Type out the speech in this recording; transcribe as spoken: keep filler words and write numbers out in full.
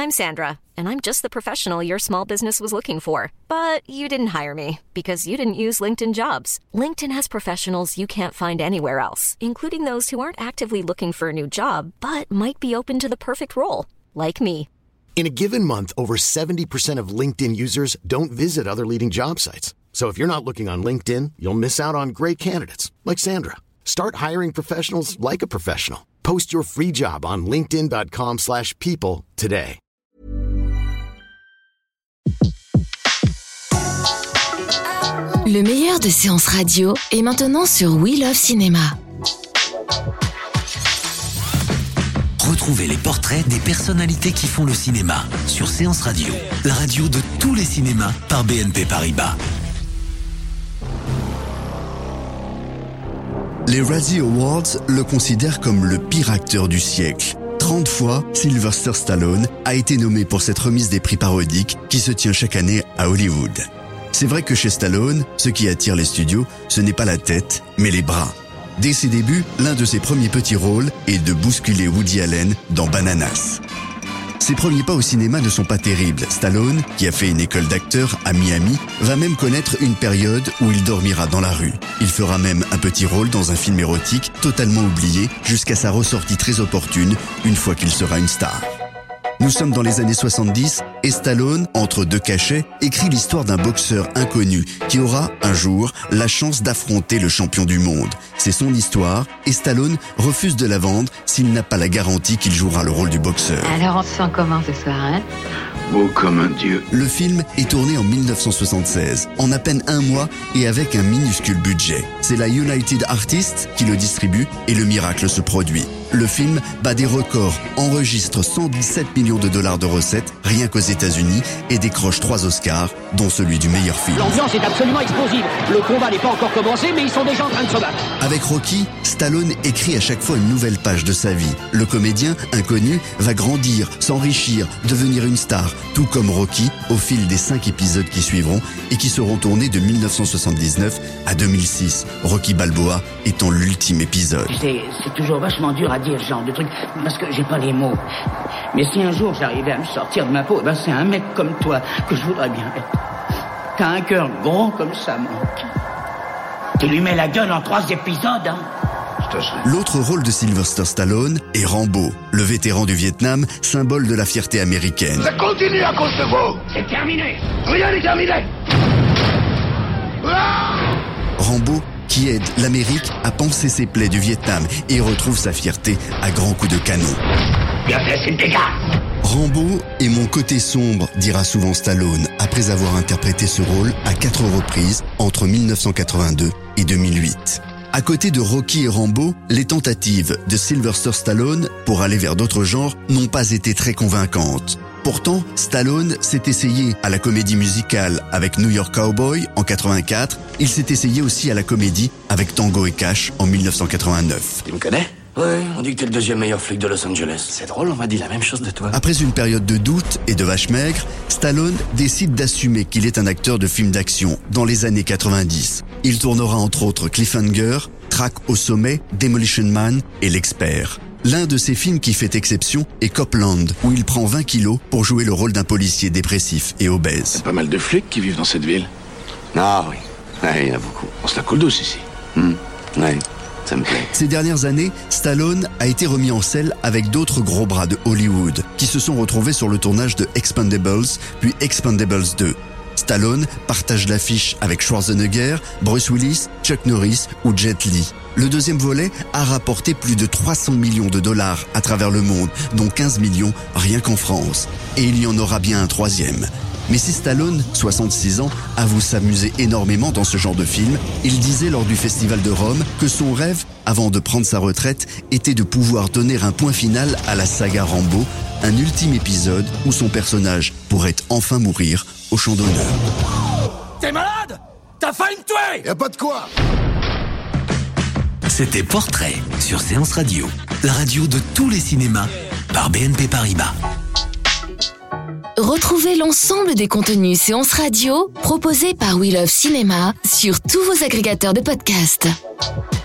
I'm Sandra, and I'm just the professional your small business was looking for. But you didn't hire me because you didn't use LinkedIn Jobs. LinkedIn has professionals you can't find anywhere else, including those who aren't actively looking for a new job, but might be open to the perfect role, like me. In a given month, over seventy percent of LinkedIn users don't visit other leading job sites. So if you're not looking on LinkedIn, you'll miss out on great candidates like Sandra. Start hiring professionals like a professional. Post your free job on linkedin dot com slash people today. Le meilleur de séances radio est maintenant sur We Love Cinéma. Retrouvez les portraits des personnalités qui font le cinéma sur Séance Radio, la radio de tous les cinémas par B N P Paribas. Les Razzie Awards le considèrent comme le pire acteur du siècle. trente fois, Sylvester Stallone a été nommé pour cette remise des prix parodiques qui se tient chaque année à Hollywood. C'est vrai que chez Stallone, ce qui attire les studios, ce n'est pas la tête, mais les bras. Dès ses débuts, l'un de ses premiers petits rôles est de bousculer Woody Allen dans Bananas. Ses premiers pas au cinéma ne sont pas terribles. Stallone, qui a fait une école d'acteur à Miami, va même connaître une période où il dormira dans la rue. Il fera même un petit rôle dans un film érotique totalement oublié jusqu'à sa ressortie très opportune une fois qu'il sera une star. Nous sommes dans les années soixante-dix et Stallone, entre deux cachets, écrit l'histoire d'un boxeur inconnu qui aura, un jour, la chance d'affronter le champion du monde. C'est son histoire et Stallone refuse de la vendre s'il n'a pas la garantie qu'il jouera le rôle du boxeur. Alors on se sent comment ce soir, hein ? Beau comme un dieu. Le film est tourné en dix-neuf cent soixante-seize, en à peine un mois et avec un minuscule budget. C'est la United Artists qui le distribue et le miracle se produit. Le film bat des records, enregistre cent dix-sept millions de dollars de recettes rien qu'aux États-Unis et décroche trois Oscars, dont celui du meilleur film. L'ambiance est absolument explosive. Le combat n'est pas encore commencé, mais ils sont déjà en train de se battre. Avec Rocky, Stallone écrit à chaque fois une nouvelle page de sa vie. Le comédien, inconnu, va grandir, s'enrichir, devenir une star, tout comme Rocky au fil des cinq épisodes qui suivront et qui seront tournés de dix-neuf cent soixante-dix-neuf à deux mille six, Rocky Balboa étant l'ultime épisode. C'est, c'est toujours vachement dur à dire ce genre de truc, parce que j'ai pas les mots. Mais si un jour j'arrivais à me sortir de ma peau, eh ben c'est un mec comme toi que je voudrais bien être. T'as un cœur gros comme ça, mon. Tu lui mets la gueule en trois épisodes, hein. L'autre rôle de Sylvester Stallone est Rambo, le vétéran du Vietnam, symbole de la fierté américaine. Ça continue à cause de vous. C'est terminé. Rien n'est terminé. Ah Rambo qui aide l'Amérique à panser ses plaies du Vietnam et retrouve sa fierté à grands coups de canon. Bien fait, c'est le dégât. Rambo est mon côté sombre, dira souvent Stallone, après avoir interprété ce rôle à quatre reprises entre dix-neuf cent quatre-vingt-deux et deux mille huit. À côté de Rocky et Rambo, les tentatives de Sylvester Stallone pour aller vers d'autres genres n'ont pas été très convaincantes. Pourtant, Stallone s'est essayé à la comédie musicale avec New York Cowboy en quatre-vingt-quatre. Il s'est essayé aussi à la comédie avec Tango et Cash en dix-neuf cent quatre-vingt-neuf. Tu me connais ? Oui, on dit que t'es le deuxième meilleur flic de Los Angeles. C'est drôle, on m'a dit la même chose de toi. Après une période de doute et de vache maigre, Stallone décide d'assumer qu'il est un acteur de films d'action dans les années quatre-vingt-dix. Il tournera entre autres Cliffhanger, Track au sommet, Demolition Man et L'Expert. L'un de ces films qui fait exception est Copland, où il prend vingt kilos pour jouer le rôle d'un policier dépressif et obèse. Il y a pas mal de flics qui vivent dans cette ville. Ah oui, ouais, il y en a beaucoup. On se la coule douce ici. Hum, ouais. Ça me plaît. Ces dernières années, Stallone a été remis en selle avec d'autres gros bras de Hollywood qui se sont retrouvés sur le tournage de Expendables, puis Expendables deux. Stallone partage l'affiche avec Schwarzenegger, Bruce Willis, Chuck Norris ou Jet Li. Le deuxième volet a rapporté plus de trois cents millions de dollars à travers le monde, dont quinze millions rien qu'en France. Et il y en aura bien un troisième. Mais si Stallone, soixante-six ans, avoue s'amuser énormément dans ce genre de film, il disait lors du Festival de Rome que son rêve, avant de prendre sa retraite, était de pouvoir donner un point final à la saga Rambo, un ultime épisode où son personnage pourrait enfin mourir au champ d'honneur. T'es malade ? T'as failli me tuer ? Y a pas de quoi. C'était Portrait sur Séance Radio, la radio de tous les cinémas par B N P Paribas. Retrouvez l'ensemble des contenus Séance Radio proposés par We Love Cinéma sur tous vos agrégateurs de podcasts.